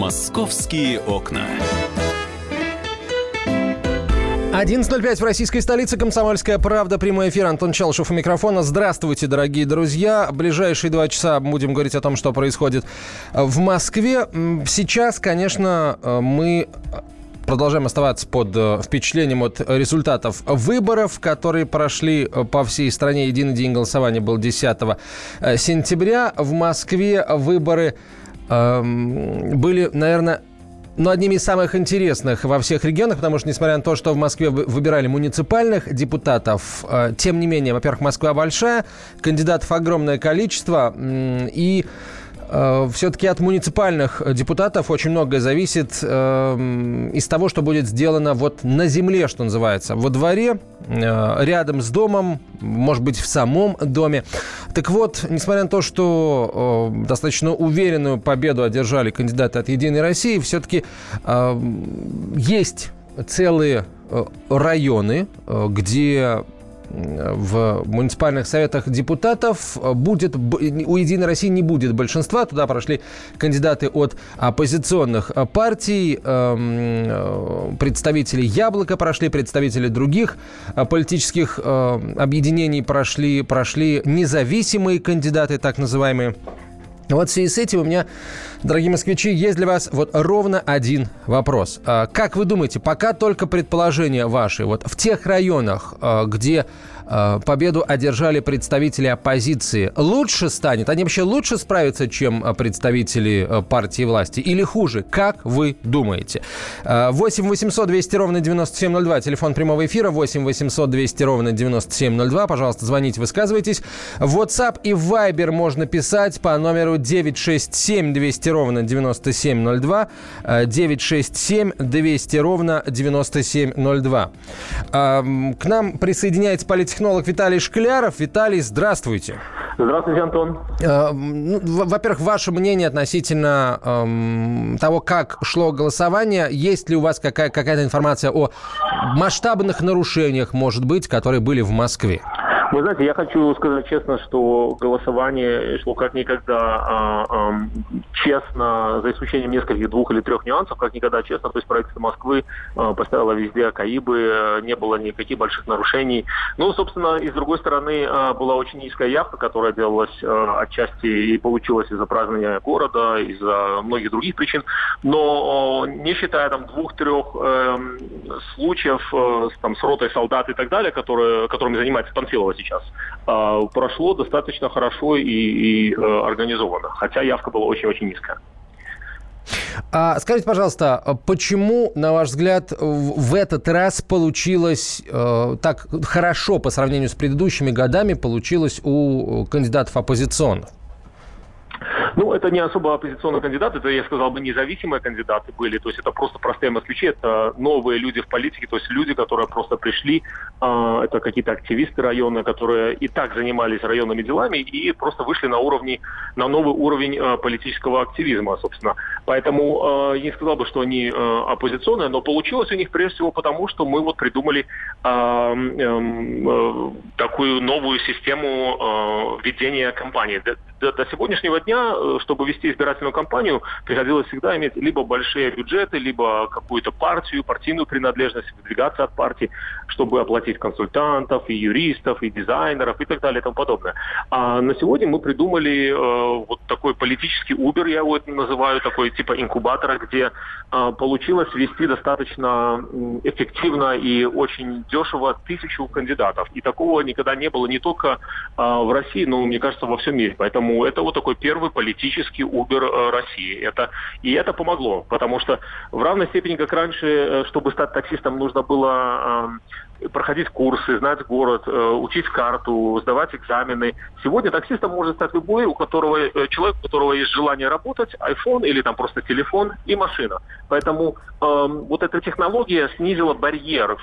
«Московские окна». 11:05 в российской столице. «Комсомольская правда». Прямой эфир. Антон Челышев у микрофона. Здравствуйте, дорогие друзья. Ближайшие 2 часа будем говорить о том, что происходит в Москве. Сейчас, конечно, мы продолжаем оставаться под впечатлением от результатов выборов, которые прошли по всей стране. Единый день голосования был 10 сентября. В Москве выборы были, наверное, одними из самых интересных во всех регионах, потому что, несмотря на то, что в Москве выбирали муниципальных депутатов, тем не менее, во-первых, Москва большая, кандидатов огромное количество, и все-таки от муниципальных депутатов очень многое зависит из того, что будет сделано вот на земле, что называется, во дворе, рядом с домом, может быть, в самом доме. Так вот, несмотря на то, что достаточно уверенную победу одержали кандидаты от «Единой России», все-таки есть целые районы, где в муниципальных советах депутатов у «Единой России» не будет большинства. Туда прошли кандидаты от оппозиционных партий, представители «Яблока» прошли, представители других политических объединений прошли независимые кандидаты, так называемые. Вот в связи с этим у меня, дорогие москвичи, есть для вас вот ровно один вопрос. Как вы думаете, пока только предположения ваши, вот в тех районах, где победу одержали представители оппозиции, лучше станет? Они вообще лучше справятся, чем представители партии власти? Или хуже? Как вы думаете? 8 800 200 ровно 9702, телефон прямого эфира, 8 800 200 ровно 9702. Пожалуйста, звоните, высказывайтесь. В WhatsApp и в Viber можно писать по номеру 967 200 ровно 9702, 967 200 ровно 9702. К нам присоединяется политтехнолог Виталий Шкляров. Виталий, здравствуйте. Здравствуйте, Антон. Во-первых, ваше мнение относительно того, как шло голосование. Есть ли у вас какая-то информация о масштабных нарушениях, может быть, которые были в Москве? Вы знаете, я хочу сказать честно, что голосование шло как никогда честно, за исключением нескольких 2 или 3 нюансов, как никогда честно. То есть правительство Москвы поставило везде АКАИБы, не было никаких больших нарушений. Ну, собственно, и с другой стороны, была очень низкая явка, которая делалась отчасти и получилась из-за празднования города, из-за многих других причин. Но не считая там 2-3 случаев с ротой солдат и так далее, которыми занимается Панфилова сейчас, прошло достаточно хорошо и организованно, хотя явка была очень-очень низкая. Скажите, пожалуйста, почему, на ваш взгляд, в этот раз получилось так хорошо по сравнению с предыдущими годами получилось у кандидатов оппозиционных? Ну, это не особо оппозиционные кандидаты, это, я сказал бы, независимые кандидаты были, то есть это просто простые москвичи, это новые люди в политике, то есть люди, которые просто пришли, это какие-то активисты района, которые и так занимались районными делами и просто вышли на новый уровень политического активизма, собственно. Поэтому я не сказал бы, что они оппозиционные, но получилось у них прежде всего потому, что мы вот придумали такую новую систему ведения кампании. До сегодняшнего дня, чтобы вести избирательную кампанию, приходилось всегда иметь либо большие бюджеты, либо какую-то партийную принадлежность, выдвигаться от партии, чтобы оплатить консультантов, и юристов, и дизайнеров, и так далее, и тому подобное. А на сегодня мы придумали вот такой политический Uber, я его это называю, такой типа инкубатора, где получилось ввести достаточно эффективно и очень дешево 1000 кандидатов. И такого никогда не было не только в России, но, мне кажется, во всем мире. Поэтому это вот такой первый политический Uber России. Это помогло, потому что в равной степени, как раньше, чтобы стать таксистом, нужно было проходить курсы, знать город, учить карту, сдавать экзамены. Сегодня таксистом может стать любой, человек, у которого есть желание работать, iPhone или там просто телефон и машина. Поэтому вот эта технология снизила барьер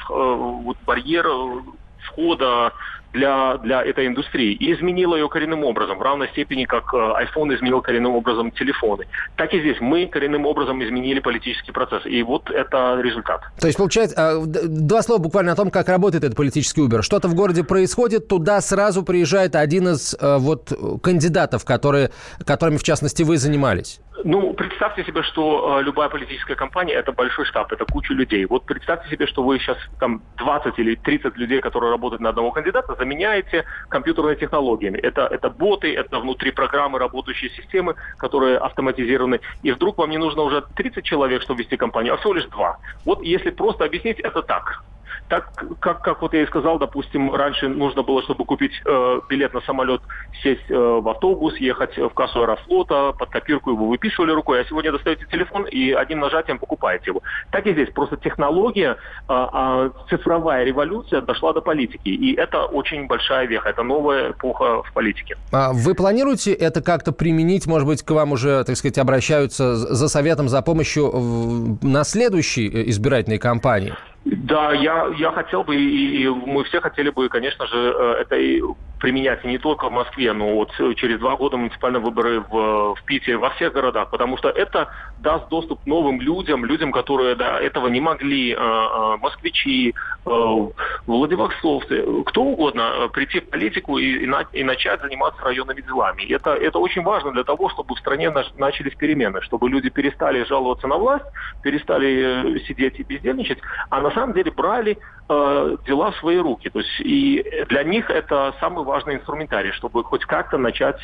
входа для этой индустрии и изменила ее коренным образом, в равной степени, как iPhone изменил коренным образом телефоны. Так и здесь мы коренным образом изменили политический процесс. И вот это результат. То есть, получается, 2 слова буквально о том, как работает этот политический Uber. Что-то в городе происходит, туда сразу приезжает один из кандидатов, которыми, в частности, вы занимались. Ну, представьте себе, что любая политическая кампания – это большой штаб, это куча людей. Вот представьте себе, что вы сейчас там 20 или 30 людей, которые работают на одного кандидата, заменяете компьютерными технологиями. Это боты, это внутри программы работающие системы, которые автоматизированы. И вдруг вам не нужно уже 30 человек, чтобы вести кампанию, а всего лишь 2. Вот если просто объяснить, это так. Так, как вот я и сказал, допустим, раньше нужно было, чтобы купить билет на самолет, сесть в автобус, ехать в кассу Аэрофлота, под копирку его выписывали рукой, а сегодня достаете телефон и одним нажатием покупаете его. Так и здесь. Просто технология, цифровая революция дошла до политики. И это очень большая веха, это новая эпоха в политике. Вы планируете это как-то применить? Может быть, к вам уже, так сказать, обращаются за советом, за помощью на следующей избирательной кампании? Да, я хотел бы, и мы все хотели бы, конечно же, это и применять не только в Москве, но вот через 2 года муниципальные выборы в Питере, во всех городах, потому что это даст доступ новым людям, которые до этого не могли, москвичи, владивостовцы, кто угодно, прийти в политику и начать заниматься районными делами. Это очень важно для того, чтобы в стране начались перемены, чтобы люди перестали жаловаться на власть, перестали сидеть и бездельничать, а на самом деле брали дела в свои руки. То есть и для них это самый важный инструментарий, чтобы хоть как-то начать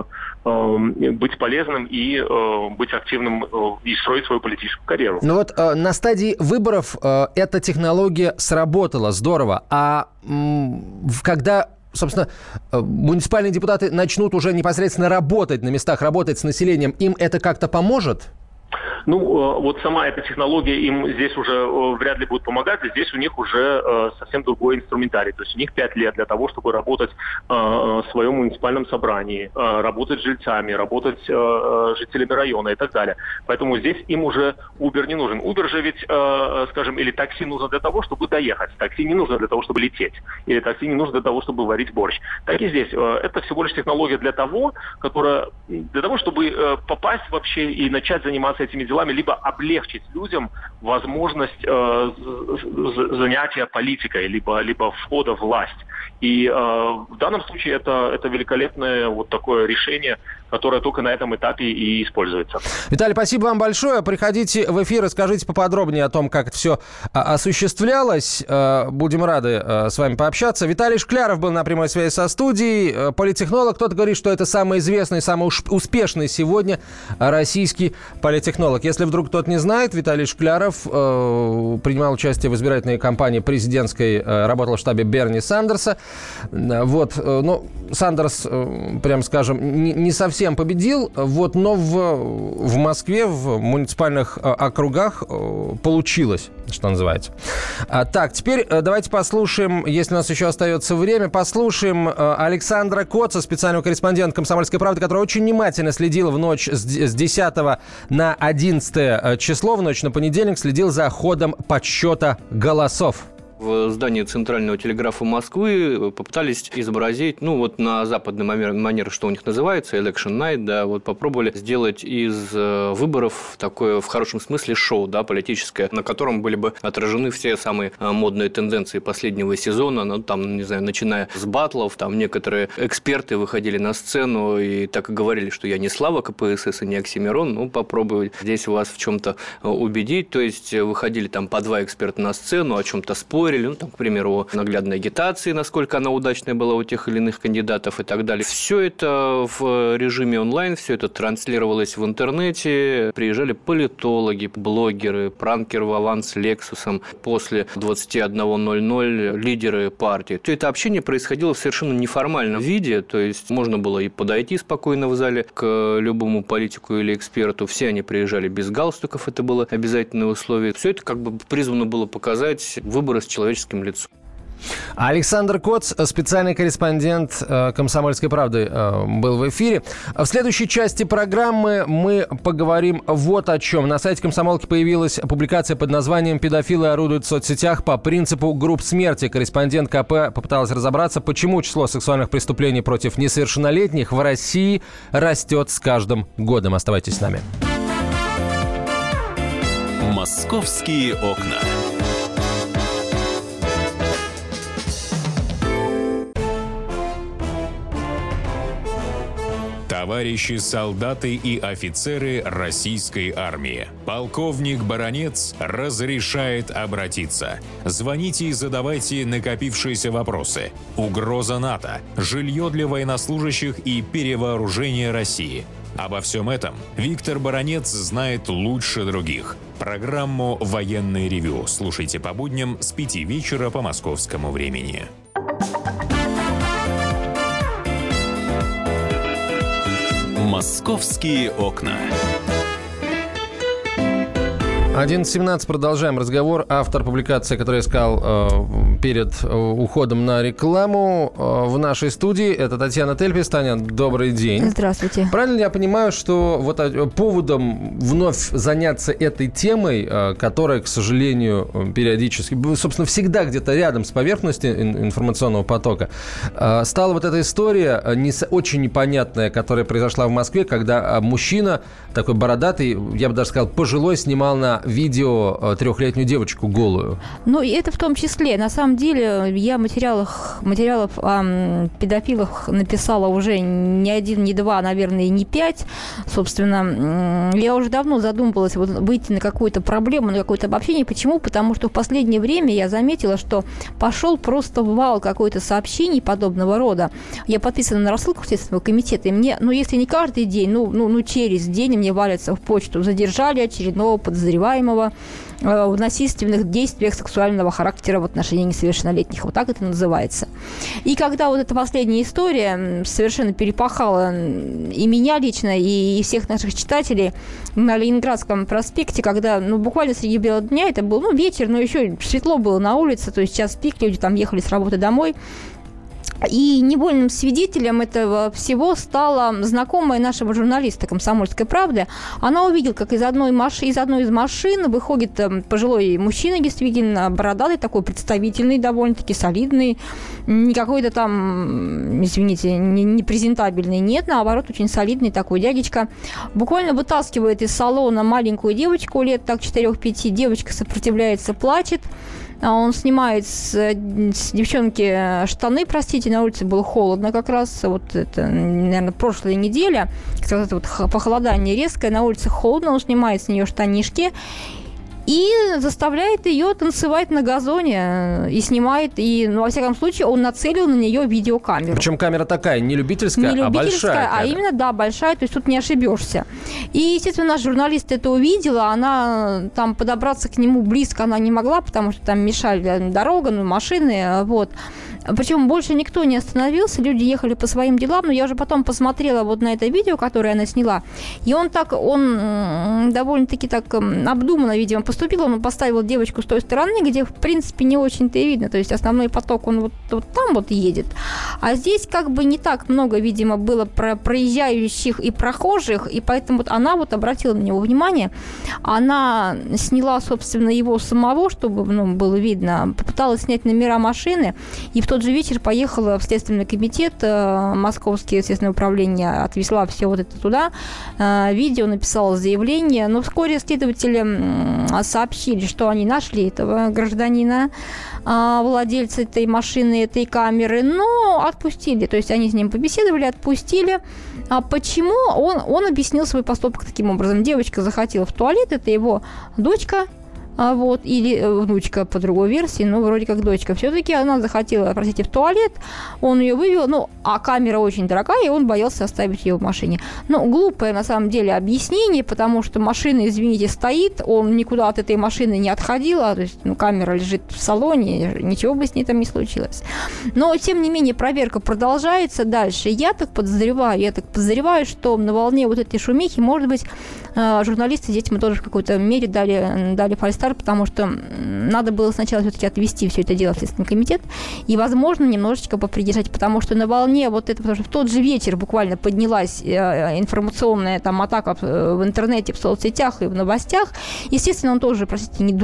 быть полезным и быть активным и строить свою политическую карьеру. Ну вот на стадии выборов эта технология сработала здорово, а когда, собственно, муниципальные депутаты начнут уже непосредственно работать на местах, работать с населением, им это как-то поможет? Ну, вот сама эта технология им здесь уже вряд ли будет помогать, и здесь у них уже совсем другой инструментарий. То есть у них 5 лет для того, чтобы работать в своем муниципальном собрании, работать с жильцами, работать с жителями района и так далее. Поэтому здесь им уже Uber не нужен. Uber же ведь, скажем, или такси нужно для того, чтобы доехать. Такси не нужно для того, чтобы лететь. Или такси не нужно для того, чтобы варить борщ. Так и здесь. Это всего лишь технология для того, чтобы попасть вообще и начать заниматься этими делами, либо облегчить людям возможность занятия политикой, либо входа в власть. И в данном случае это великолепное вот такое решение, которое только на этом этапе и используется. Виталий, спасибо вам большое. Приходите в эфир, расскажите поподробнее о том, как это все осуществлялось. Будем рады с вами пообщаться. Виталий Шкляров был на прямой связи со студией. Политтехнолог. Кто-то говорит, что это самый известный, самый успешный сегодня российский политтехнолог. Если вдруг кто-то не знает, Виталий Шкляров принимал участие в избирательной кампании президентской, работал в штабе Берни Сандерса. Вот. Но Сандерс, прям скажем, не совсем победил, вот, но в Москве, в муниципальных округах получилось, что называется. Так, теперь давайте послушаем, если у нас еще остается время, послушаем Александра Коца, специального корреспондента «Комсомольской правды», который очень внимательно следил в ночь с 10 на 11 число, в ночь на понедельник, следил за ходом подсчета голосов. В здании Центрального телеграфа Москвы попытались изобразить, на западный манер, что у них называется, election night, да, вот попробовали сделать из выборов такое, в хорошем смысле, шоу, да, политическое, на котором были бы отражены все самые модные тенденции последнего сезона, начиная с баттлов, там некоторые эксперты выходили на сцену и так и говорили, что я не Слава КПСС и не Оксимирон, попробую здесь вас в чем-то убедить, то есть выходили там по 2 эксперта на сцену, о чем-то спорили, к примеру, о наглядной агитации, насколько она удачная была у тех или иных кандидатов и так далее. Все это в режиме онлайн, все это транслировалось в интернете. Приезжали политологи, блогеры, пранкер Вован с Лексусом. После 21:00 лидеры партии. Все это общение происходило в совершенно неформальном виде, то есть можно было и подойти спокойно в зале к любому политику или эксперту. Все они приезжали без галстуков, это было обязательное условие. Все это призвано было показать выборы с человеческим лицом. Александр Коц, специальный корреспондент «Комсомольской правды», был в эфире. В следующей части программы мы поговорим вот о чем. На сайте «Комсомолки» появилась публикация под названием «Педофилы орудуют в соцсетях по принципу групп смерти». Корреспондент КП попыталась разобраться, почему число сексуальных преступлений против несовершеннолетних в России растет с каждым годом. Оставайтесь с нами. «Московские окна». Товарищи солдаты и офицеры российской армии, полковник Баранец разрешает обратиться. Звоните и задавайте накопившиеся вопросы. Угроза НАТО, жилье для военнослужащих и перевооружение России. Обо всем этом Виктор Баранец знает лучше других. Программу «Военное ревю» слушайте по будням с 5 вечера по московскому времени. «Московские окна». 11:17. Продолжаем разговор. Автор публикации, которую я сказал перед уходом на рекламу в нашей студии, это Татьяна Тельпис. Таня, добрый день. Здравствуйте. Правильно ли я понимаю, что вот поводом вновь заняться этой темой, которая, к сожалению, периодически, собственно, всегда где-то рядом с поверхностью информационного потока, стала вот эта история очень непонятная, которая произошла в Москве, когда мужчина, такой бородатый, я бы даже сказал, пожилой, снимал на видео 3-летнюю девочку голую. Ну, и это в том числе. На самом деле, я материалов о педофилах написала уже не один, не два, наверное, и не 5. Собственно, я уже давно задумывалась выйти на какую-то проблему, на какое-то обобщение. Почему? Потому что в последнее время я заметила, что пошел просто вал какой-то сообщений подобного рода. Я подписана на рассылку Следственного комитета, и мне, если не каждый день, через день мне валятся в почту. Задержали очередного подозреваемого в насильственных действиях сексуального характера в отношении несовершеннолетних. Вот так это называется. И когда вот эта последняя история совершенно перепахала и меня лично, и всех наших читателей на Ленинградском проспекте, когда буквально среди бела дня, это был вечер, но еще светло было на улице, то есть час пик, люди там ехали с работы домой. И невольным свидетелем этого всего стала знакомая нашего журналиста «Комсомольской правды». Она увидела, как из одной из машин выходит пожилой мужчина, действительно бородатый, такой представительный, довольно-таки солидный, не какой-то там, извините, не презентабельный, нет, наоборот, очень солидный такой дядечка. Буквально вытаскивает из салона маленькую девочку лет 4-5, девочка сопротивляется, плачет. Он снимает с девчонки штаны, простите, на улице было холодно как раз. Вот это, наверное, прошлая неделя, как раз это вот похолодание резкое, на улице холодно, он снимает с нее штанишки и заставляет ее танцевать на газоне и снимает, и, во всяком случае, он нацелил на нее видеокамеру. Причем камера такая, не любительская, а большая. А именно, да, большая, то есть тут не ошибешься. И, естественно, наш журналист это увидела, она там подобраться к нему близко она не могла, потому что там мешали дорога, машины, вот. Причем больше никто не остановился, люди ехали по своим делам, но я уже потом посмотрела вот на это видео, которое она сняла, и он довольно-таки так обдуманно, видимо, поступил, он поставил девочку с той стороны, где, в принципе, не очень-то и видно, то есть основной поток, он вот там вот едет, а здесь как бы не так много, видимо, было проезжающих и прохожих, и поэтому вот она вот обратила на него внимание, она сняла, собственно, его самого, чтобы было видно, попыталась снять номера машины, и в тот же вечер поехала в Следственный комитет, Московское следственное управление отвезла все вот это туда, видео, написала заявление, но вскоре следователи сообщили, что они нашли этого гражданина, владельца этой машины, этой камеры, но отпустили, то есть они с ним побеседовали, отпустили. А почему? Он объяснил свой поступок таким образом. Девочка захотела в туалет, это его дочка, или внучка по другой версии, вроде как дочка. Все-таки она захотела, в туалет, он ее вывел, а камера очень дорогая, и он боялся оставить ее в машине. Глупое, на самом деле, объяснение, потому что машина, извините, стоит, он никуда от этой машины не отходил, то есть, камера лежит в салоне, ничего бы с ней там не случилось. Но, тем не менее, проверка продолжается дальше. Я так подозреваю, что на волне вот этой шумихи, может быть, журналисты детям тоже в какой-то мере дали фальстарт, потому что надо было сначала все-таки отвести все это дело в Следственный комитет и, возможно, немножечко попридержать, потому что на волне вот это, потому что в тот же вечер буквально поднялась информационная там атака в интернете, в соцсетях и в новостях. Естественно, он тоже, простите, не дурак,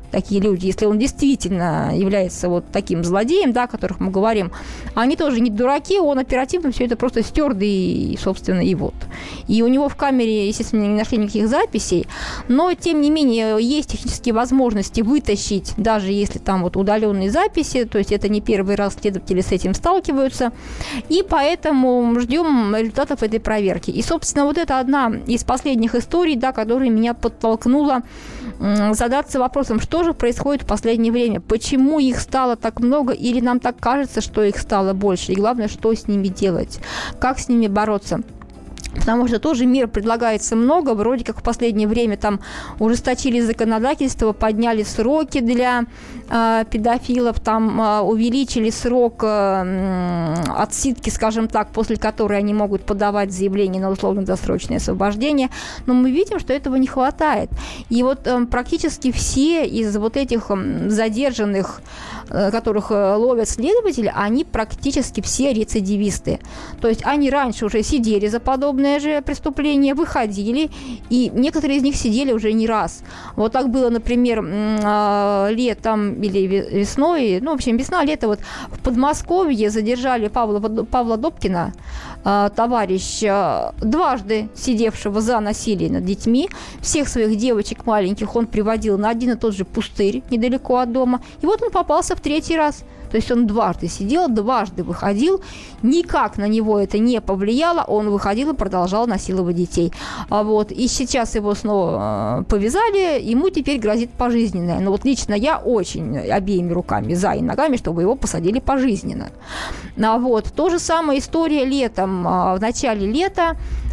такие люди, если он действительно является вот таким злодеем, да, о которых мы говорим, они тоже не дураки, он оперативно все это просто стер, да и, собственно, и вот. И у него в камере, естественно, не нашли никаких записей, но, тем не менее, есть технические возможности вытащить, даже если там вот удаленные записи, то есть это не первый раз следователи с этим сталкиваются, и поэтому ждем результатов этой проверки. И, собственно, вот это одна из последних историй, да, которая меня подтолкнула задаться вопросом, что же происходит в последнее время, почему их стало так много, или нам так кажется, что их стало больше, и главное, что с ними делать, как с ними бороться. Потому что тоже мер предлагается много. Вроде как в последнее время там ужесточили законодательство, подняли сроки для педофилов, там увеличили срок отсидки, скажем так, после которой они могут подавать заявление на условно-досрочное освобождение. Но мы видим, что этого не хватает. И вот практически все из вот этих задержанных, которых ловят следователи, они практически все рецидивисты. То есть они раньше уже сидели за подобное же преступление, выходили, и некоторые из них сидели уже не раз. Вот так было, например, летом или весной, ну, в общем, весна-лето, вот в Подмосковье задержали Павла Добкина, товарища, дважды сидевшего за насилие над детьми. Всех своих девочек маленьких он приводил на один и тот же пустырь недалеко от дома. И вот он попался в третий раз. То есть он дважды сидел, дважды выходил, никак на него это не повлияло, он выходил и продолжал насиловать детей. Вот. И сейчас его снова повязали, ему теперь грозит пожизненное. Но вот лично я очень обеими руками за и ногами, чтобы его посадили пожизненно. Вот. То же самое история летом, в начале лета.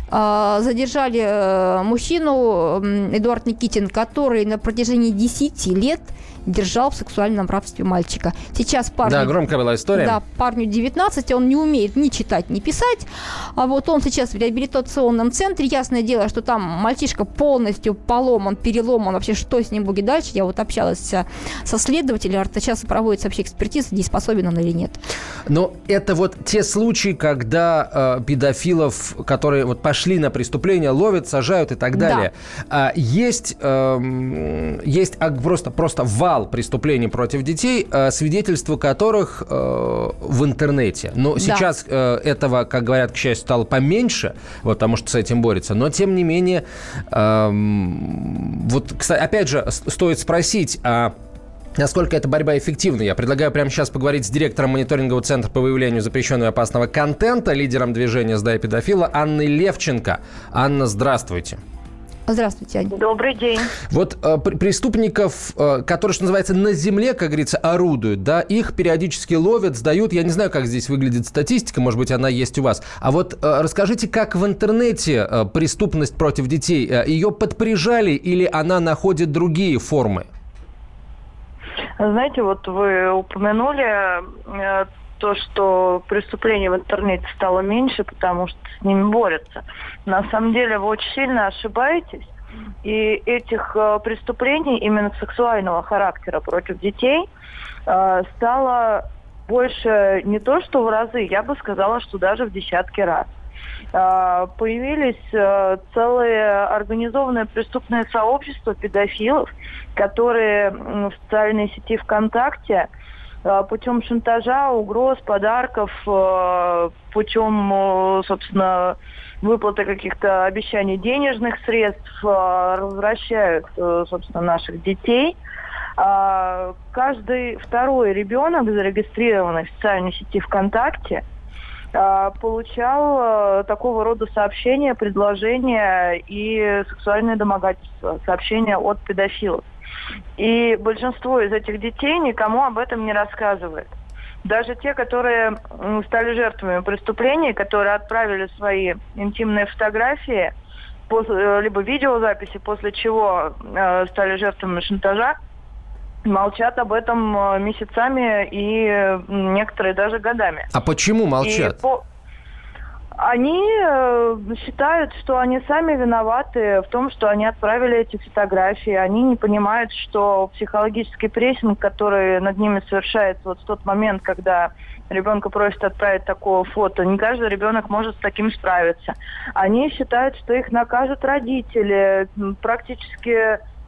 Задержали мужчину, Эдуард Никитин, который на протяжении 10 лет держал в сексуальном рабстве мальчика. Сейчас парню... Да, громкая была история. Да, парню 19, он не умеет ни читать, ни писать. А вот он сейчас в реабилитационном центре. Ясное дело, что там мальчишка полностью поломан, переломан. Вообще, что с ним будет дальше? Я вот общалась со следователем. Сейчас проводится вообще экспертиза, дееспособен он или нет. Но это вот те случаи, когда педофилов, которые вот пошли на преступление, ловят, сажают и так далее. Да. Есть просто вал преступлений против детей, свидетельства которых в интернете. Но сейчас этого, как говорят, к счастью, стало поменьше, вот, потому что с этим борется. Но, тем не менее, вот, кстати, опять же, стоит спросить, насколько эта борьба эффективна? Я предлагаю прямо сейчас поговорить с директором мониторингового центра по выявлению запрещенного и опасного контента, лидером движения «Сдай педофила» Анной Левченко. Анна, здравствуйте. Здравствуйте, Аня. Добрый день. Вот преступников, которые, что называется, на земле, как говорится, орудуют, да, их периодически ловят, сдают. Я не знаю, как здесь выглядит статистика, может быть, она есть у вас. А вот расскажите, как в интернете преступность против детей, ее подприжали или она находит другие формы? Знаете, вот вы упомянули то, что преступлений в интернете стало меньше, потому что с ними борются. На самом деле вы очень сильно ошибаетесь. И этих преступлений именно сексуального характера против детей стало больше не то, что в разы, я бы сказала, что даже в десятки раз. Появились целые организованные преступные сообщества педофилов, которые в социальной сети ВКонтакте путем шантажа, угроз, подарков, путем, собственно, выплаты каких-то обещаний денежных средств развращают, собственно, наших детей. Каждый второй ребенок, зарегистрированный в социальной сети ВКонтакте, получал такого рода сообщения, предложения и сексуальные домогательства, сообщения от педофилов. И большинство из этих детей никому об этом не рассказывает. Даже те, которые стали жертвами преступлений, которые отправили свои интимные фотографии, либо видеозаписи, после чего стали жертвами шантажа, молчат об этом месяцами и некоторые даже годами. А почему молчат? Они считают, что они сами виноваты в том, что они отправили эти фотографии. Они не понимают, что психологический прессинг, который над ними совершается вот в тот момент, когда ребенка просят отправить такое фото, не каждый ребенок может с таким справиться. Они считают, что их накажут родители. Практически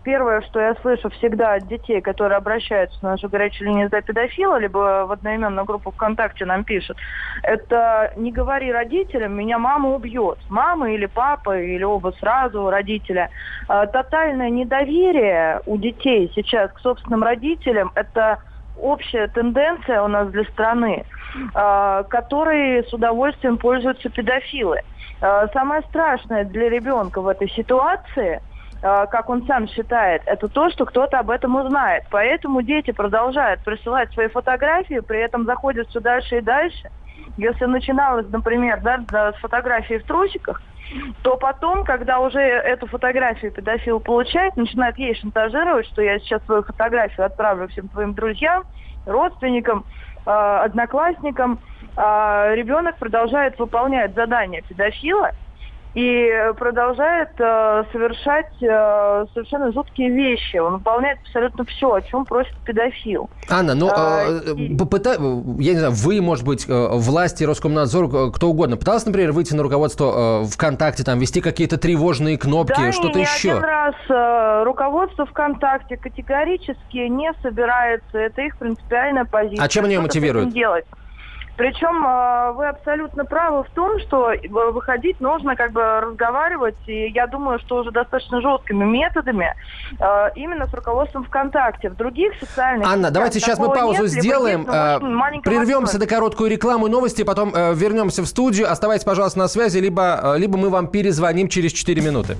первое, что я слышу всегда от детей, которые обращаются на нашу горячую линию за педофила, либо в одноименную группу ВКонтакте нам пишут, это не говори родителям, меня мама убьет. Мама или папа, или оба сразу родителя. Тотальное недоверие у детей сейчас к собственным родителям – это общая тенденция у нас для страны, которой с удовольствием пользуются педофилы. Самое страшное для ребенка в этой ситуации, как он сам считает, это то, что кто-то об этом узнает. Поэтому дети продолжают присылать свои фотографии, при этом заходят все дальше и дальше. Если начиналось, например, с фотографии в трусиках, то потом, когда уже эту фотографию педофил получает, начинает ей шантажировать, что я сейчас свою фотографию отправлю всем твоим друзьям, родственникам, одноклассникам. Ребенок продолжает выполнять задания педофила и продолжает совершать совершенно жуткие вещи. Он выполняет абсолютно все, о чем просит педофил. Анна, я не знаю, вы, может быть, власти, Роскомнадзор, кто угодно, пытался, например, выйти на руководство ВКонтакте, там, вести какие-то тревожные кнопки, да, что-то еще? Да, один раз руководство ВКонтакте категорически не собирается. Это их принципиальная позиция. А чем они ее мотивируют? Причем вы абсолютно правы в том, что выходить нужно разговаривать, и я думаю, что уже достаточно жесткими методами именно с руководством ВКонтакте. В других социальных Анна, давайте сейчас мы паузу сделаем, прервемся на короткую рекламу и новости, потом вернемся в студию. Оставайтесь, пожалуйста, на связи, либо мы вам перезвоним через 4 минуты.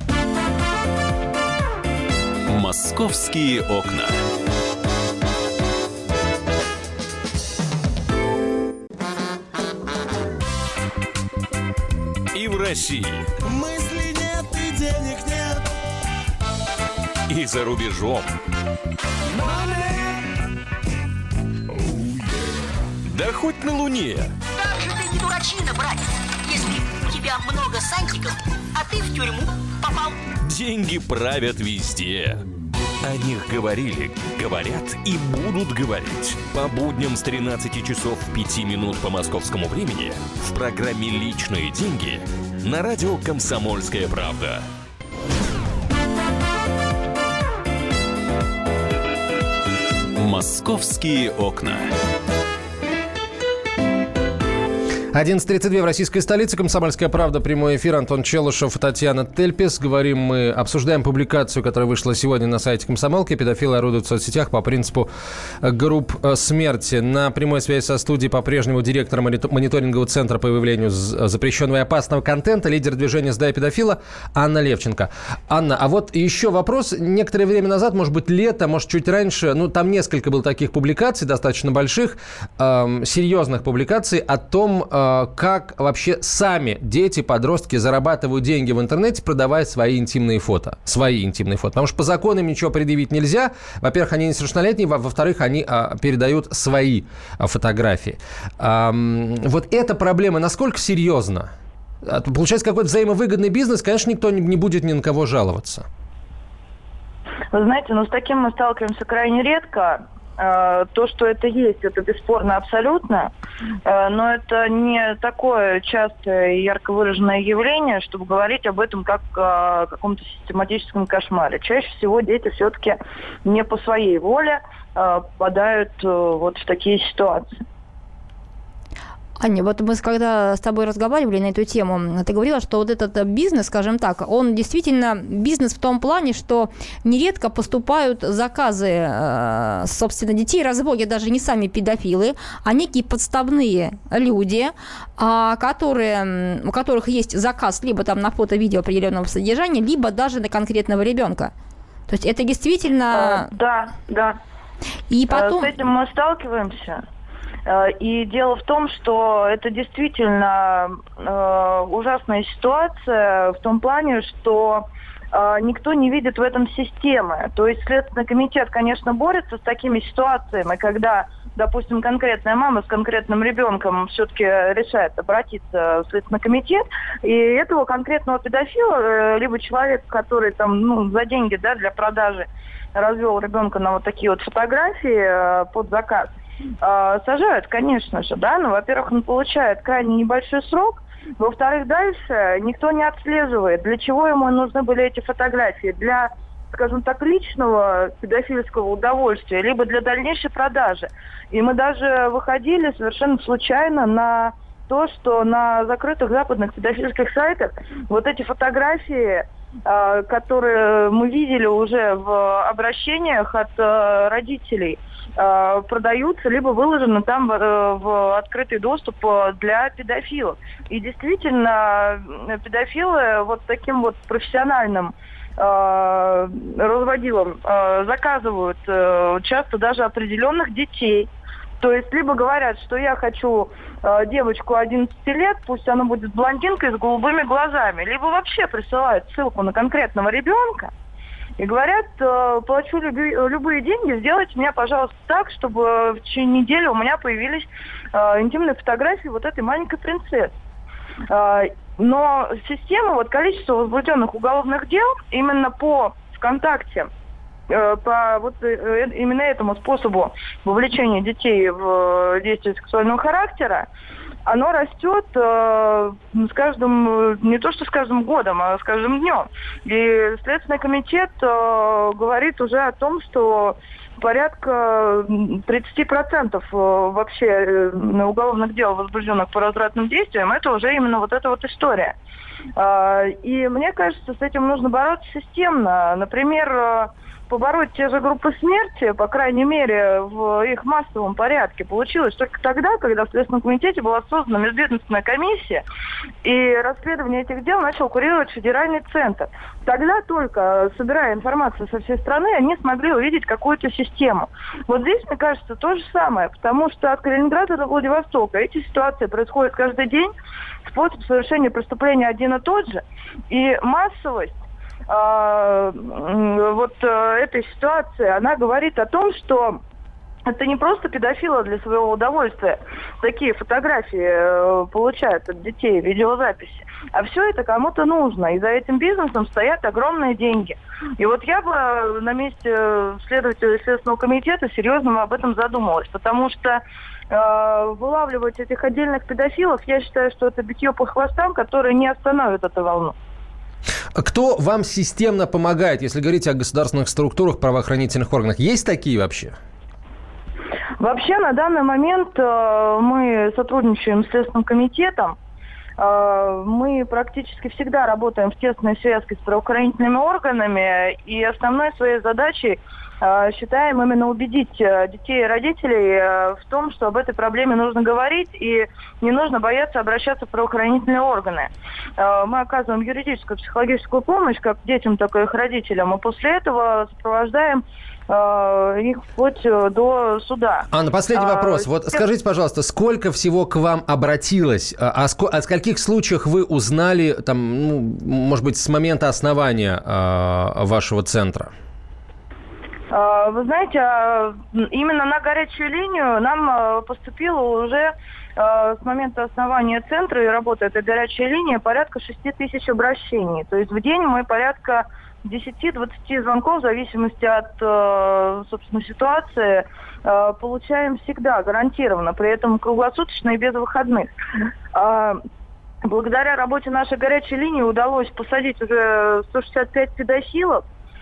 «Московские окна». И в России. Мысли нет и денег нет. И за рубежом. Да хоть на Луне. Как же ты не дурачина, братец, если у тебя много сантиков, а ты в тюрьму попал. Деньги правят везде. О них говорили, говорят и будут говорить. По будням с 13 часов 5 минут по московскому времени в программе «Личные деньги» на радио «Комсомольская правда». «Московские окна». 11:32 в российской столице. «Комсомольская правда». Прямой эфир. Антон Челышев и Татьяна Тельпес. Обсуждаем публикацию, которая вышла сегодня на сайте «Комсомолки». Педофилы орудуют в соцсетях по принципу групп смерти. На прямой связи со студией по-прежнему директор мониторингового центра по выявлению запрещенного и опасного контента, лидер движения «Сдай педофила» Анна Левченко. Анна, а вот еще вопрос. Некоторое время назад, может быть, лето, может, чуть раньше, там несколько было таких публикаций, достаточно больших, серьезных публикаций о том, как вообще сами дети, подростки зарабатывают деньги в интернете, продавая свои интимные фото. Потому что по закону им ничего предъявить нельзя. Во-первых, они несовершеннолетние, во-вторых, они передают свои фотографии. Вот эта проблема насколько серьезна? Получается, какой-то взаимовыгодный бизнес, конечно, никто не будет ни на кого жаловаться. Вы знаете, с таким мы сталкиваемся крайне редко. То, что это есть, это бесспорно абсолютно, но это не такое частое и ярко выраженное явление, чтобы говорить об этом как о каком-то систематическом кошмаре. Чаще всего дети все-таки не по своей воле попадают вот в такие ситуации. Аня, вот мы когда с тобой разговаривали на эту тему, ты говорила, что вот этот бизнес, скажем так, он действительно бизнес в том плане, что нередко поступают заказы, собственно, детей разводят даже не сами педофилы, а некие подставные люди, у которых есть заказ либо там на фото-видео определенного содержания, либо даже на конкретного ребенка. То есть это действительно... Да. И потом... С этим мы сталкиваемся. И дело в том, что это действительно ужасная ситуация в том плане, что никто не видит в этом системы. То есть Следственный комитет, конечно, борется с такими ситуациями, когда, допустим, конкретная мама с конкретным ребенком все-таки решает обратиться в Следственный комитет, и этого конкретного педофила, либо человека, который там, за деньги, для продажи развел ребенка на вот такие вот фотографии под заказ, сажают, конечно же, но, во-первых, он получает крайне небольшой срок, во-вторых, дальше никто не отслеживает, для чего ему нужны были эти фотографии, для скажем так, личного педофильского удовольствия, либо для дальнейшей продажи. И мы даже выходили совершенно случайно на то, что на закрытых западных педофильских сайтах вот эти фотографии, которые мы видели уже в обращениях от родителей, продаются, либо выложены там в открытый доступ для педофилов. И действительно, педофилы вот таким вот профессиональным разводилам заказывают часто даже определенных детей. То есть либо говорят, что я хочу девочку 11 лет, пусть она будет блондинкой с голубыми глазами, либо вообще присылают ссылку на конкретного ребенка и говорят, плачу любые деньги, сделайте мне, пожалуйста, так, чтобы в течение недели у меня появились интимные фотографии вот этой маленькой принцессы. Но система, вот количество возбужденных уголовных дел именно по ВКонтакте, по вот именно этому способу вовлечения детей в действия сексуального характера, оно растет с каждым, не то что с каждым годом, а с каждым днем. И Следственный комитет говорит уже о том, что порядка 30% вообще уголовных дел, возбужденных по развратным действиям, это уже именно вот эта вот история. И мне кажется, с этим нужно бороться системно. Например, побороть те же группы смерти, по крайней мере, в их массовом порядке, получилось только тогда, когда в Следственном комитете была создана межведомственная комиссия, и расследование этих дел начал курировать федеральный центр. Тогда только, собирая информацию со всей страны, они смогли увидеть какую-то систему. Вот здесь, мне кажется, то же самое, потому что от Калининграда до Владивостока эти ситуации происходят каждый день, способ совершения преступления один и тот же, и массовость вот этой ситуации, она говорит о том, что это не просто педофилы для своего удовольствия такие фотографии получают от детей, видеозаписи, а все это кому-то нужно, и за этим бизнесом стоят огромные деньги. И вот я бы на месте следователя Следственного комитета серьезно об этом задумалась, потому что вылавливать этих отдельных педофилов, я считаю, что это битье по хвостам, которое не остановит эту волну. Кто вам системно помогает, если говорить о государственных структурах, правоохранительных органах? Есть такие вообще? Вообще, на данный момент мы сотрудничаем с Следственным комитетом. Мы практически всегда работаем в тесной связке с правоохранительными органами. И основной своей задачей считаем именно убедить детей и родителей в том, что об этой проблеме нужно говорить и не нужно бояться обращаться в правоохранительные органы. Мы оказываем юридическую, психологическую помощь как детям, так и их родителям, и после этого сопровождаем их вплоть до суда. Анна, последний вопрос. Вот скажите, пожалуйста, сколько всего к вам обратилось? О скольких случаях вы узнали, там, ну, может быть, с момента основания вашего центра? Вы знаете, именно на горячую линию нам поступило уже с момента основания центра и работы этой горячей линии порядка 6 тысяч обращений. То есть в день мы порядка 10-20 звонков в зависимости от, собственно, ситуации получаем всегда, гарантированно, при этом круглосуточно и без выходных. Благодаря работе нашей горячей линии удалось посадить уже 165 педофилов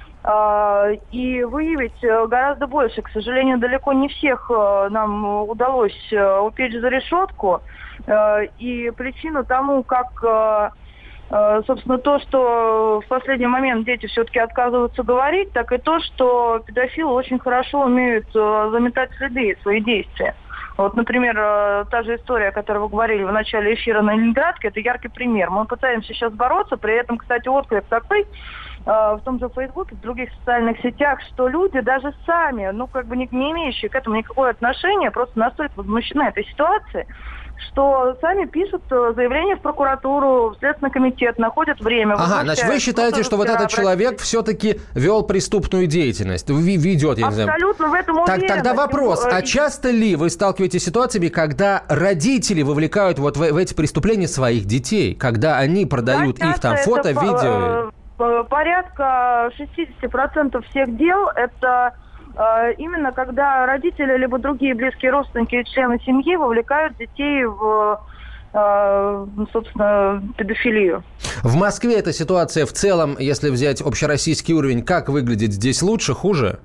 и выявить гораздо больше. К сожалению, далеко не всех нам удалось упечь за решетку. И причину тому, как, собственно, то, что в последний момент дети все-таки отказываются говорить, так и то, что педофилы очень хорошо умеют заметать следы и свои действия. Вот, например, та же история, о которой вы говорили в начале эфира на Ленинградке, это яркий пример. Мы пытаемся сейчас бороться, при этом, кстати, отклик такой в том же Фейсбуке, в других социальных сетях, что люди даже сами, ну, как бы не имеющие к этому никакого отношения, просто настолько возмущены этой ситуацией, что сами пишут заявление в прокуратуру, в Следственный комитет, находят время. Ага, значит, вы считаете, что вот этот человек все-таки вел преступную деятельность, ведет, я не знаю. Абсолютно в этом уверена. Тогда вопрос, а часто ли вы сталкиваетесь с ситуациями, когда родители вовлекают вот в эти преступления своих детей, когда они продают их там фото, видео? Порядка 60% всех дел это именно когда родители либо другие близкие родственники и члены семьи вовлекают детей в собственно, педофилию. В Москве эта ситуация в целом, если взять общероссийский уровень, как выглядит? Здесь лучше, хуже?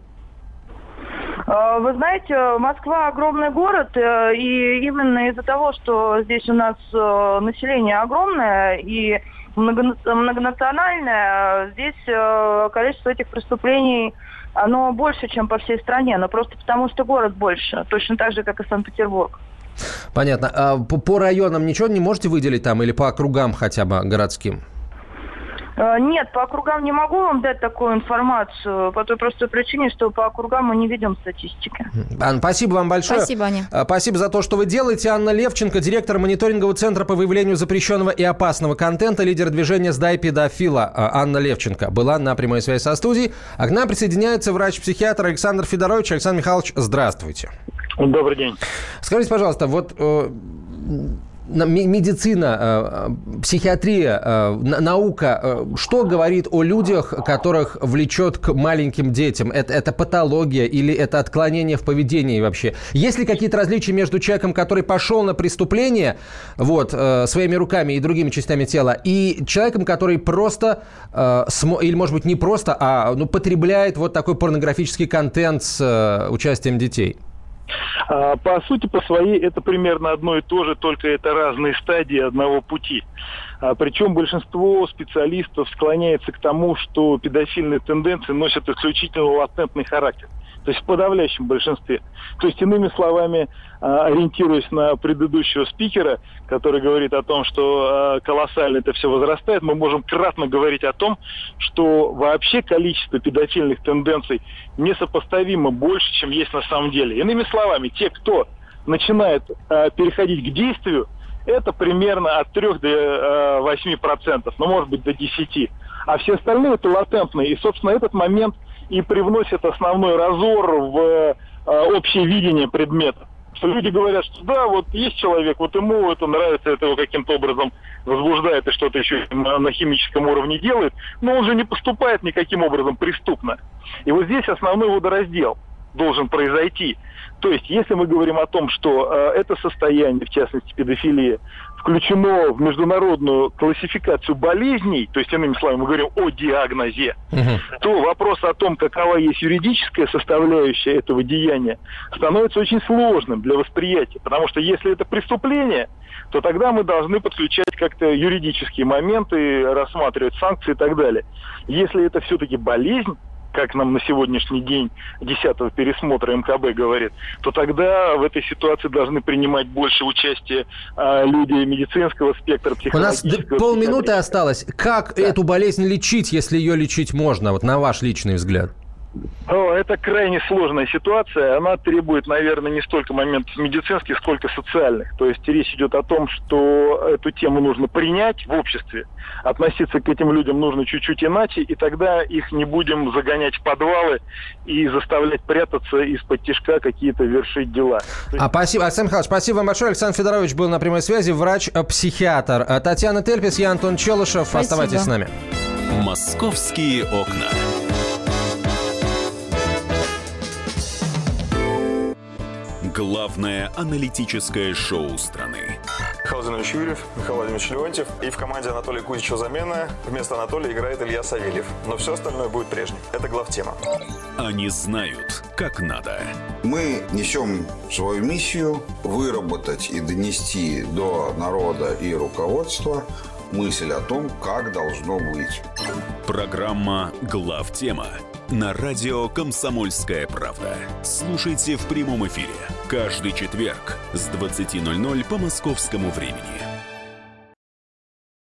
Вы знаете, Москва огромный город, и именно из-за того, что здесь у нас население огромное и многонациональное, здесь количество этих преступлений, оно больше, чем по всей стране, но просто потому, что город больше, точно так же, как и Санкт-Петербург. Понятно. А по районам ничего не можете выделить там или по округам хотя бы городским? Нет, по округам не могу вам дать такую информацию, по той простой причине, что по округам мы не ведем статистики. Анна, спасибо вам большое. Спасибо, Аня. Спасибо за то, что вы делаете. Анна Левченко, директор мониторингового центра по выявлению запрещенного и опасного контента, лидер движения «Сдай педофила». Анна Левченко была на прямой связи со студией. А к нам присоединяется врач-психиатр Александр Федорович. Александр Михайлович, здравствуйте. Добрый день. Скажите, пожалуйста, вот... медицина, психиатрия, наука, что говорит о людях, которых влечет к маленьким детям? Это патология или это отклонение в поведении вообще? Есть ли какие-то различия между человеком, который пошел на преступление своими руками и другими частями тела, и человеком, который просто, или, может быть, не просто, потребляет вот такой порнографический контент с участием детей? По сути, по своей, это примерно одно и то же, только это разные стадии одного пути. Причем большинство специалистов склоняется к тому, что педофильные тенденции носят исключительно латентный характер. То есть в подавляющем большинстве. То есть, иными словами, ориентируясь на предыдущего спикера, который говорит о том, что колоссально это все возрастает, мы можем кратно говорить о том, что вообще количество педофильных тенденций несопоставимо больше, чем есть на самом деле. Иными словами, те, кто начинает переходить к действию, это примерно от 3 до 8%, ну, может быть, до 10%. А все остальные это латентные. И, собственно, этот момент и привносит основной разор в общее видение предмета. Что люди говорят, что да, вот есть человек, вот ему это нравится, это его каким-то образом возбуждает и что-то еще на химическом уровне делает, но он же не поступает никаким образом преступно. И вот здесь основной водораздел должен произойти. То есть, если мы говорим о том, что это состояние, в частности педофилия, включено в международную классификацию болезней, то есть, иными словами, мы говорим о диагнозе, то вопрос о том, какова есть юридическая составляющая этого деяния, становится очень сложным для восприятия. Потому что если это преступление, то тогда мы должны подключать как-то юридические моменты, рассматривать санкции и так далее. Если это все-таки болезнь, как нам на сегодняшний день 10-го пересмотра МКБ говорит, то тогда в этой ситуации должны принимать больше участия люди медицинского спектра, психологического. У нас полминуты осталось. Как эту болезнь лечить, если ее лечить можно, вот на ваш личный взгляд? Это крайне сложная ситуация. Она требует, наверное, не столько моментов медицинских, сколько социальных. То есть речь идет о том, что эту тему нужно принять в обществе, относиться к этим людям нужно чуть-чуть иначе, и тогда их не будем загонять в подвалы и заставлять прятаться из-под тишка какие-то вершить дела. Спасибо, Александр Михайлович, спасибо вам большое. Александр Федорович был на прямой связи, врач-психиатр. Татьяна Тельпис, я Антон Челышев. Спасибо. Оставайтесь с нами. «Московские окна». Главное аналитическое шоу страны. Михаил Владимирович Юрьев, Михаил Владимирович Леонтьев. И в команде Анатолия Кузичева замена. Вместо Анатолия играет Илья Савельев. Но все остальное будет прежним. Это главтема. Они знают, как надо. Мы несем свою миссию выработать и донести до народа и руководства мысль о том, как должно быть. Программа «Главтема» на радио «Комсомольская правда». Слушайте в прямом эфире каждый четверг с 20:00 по московскому времени.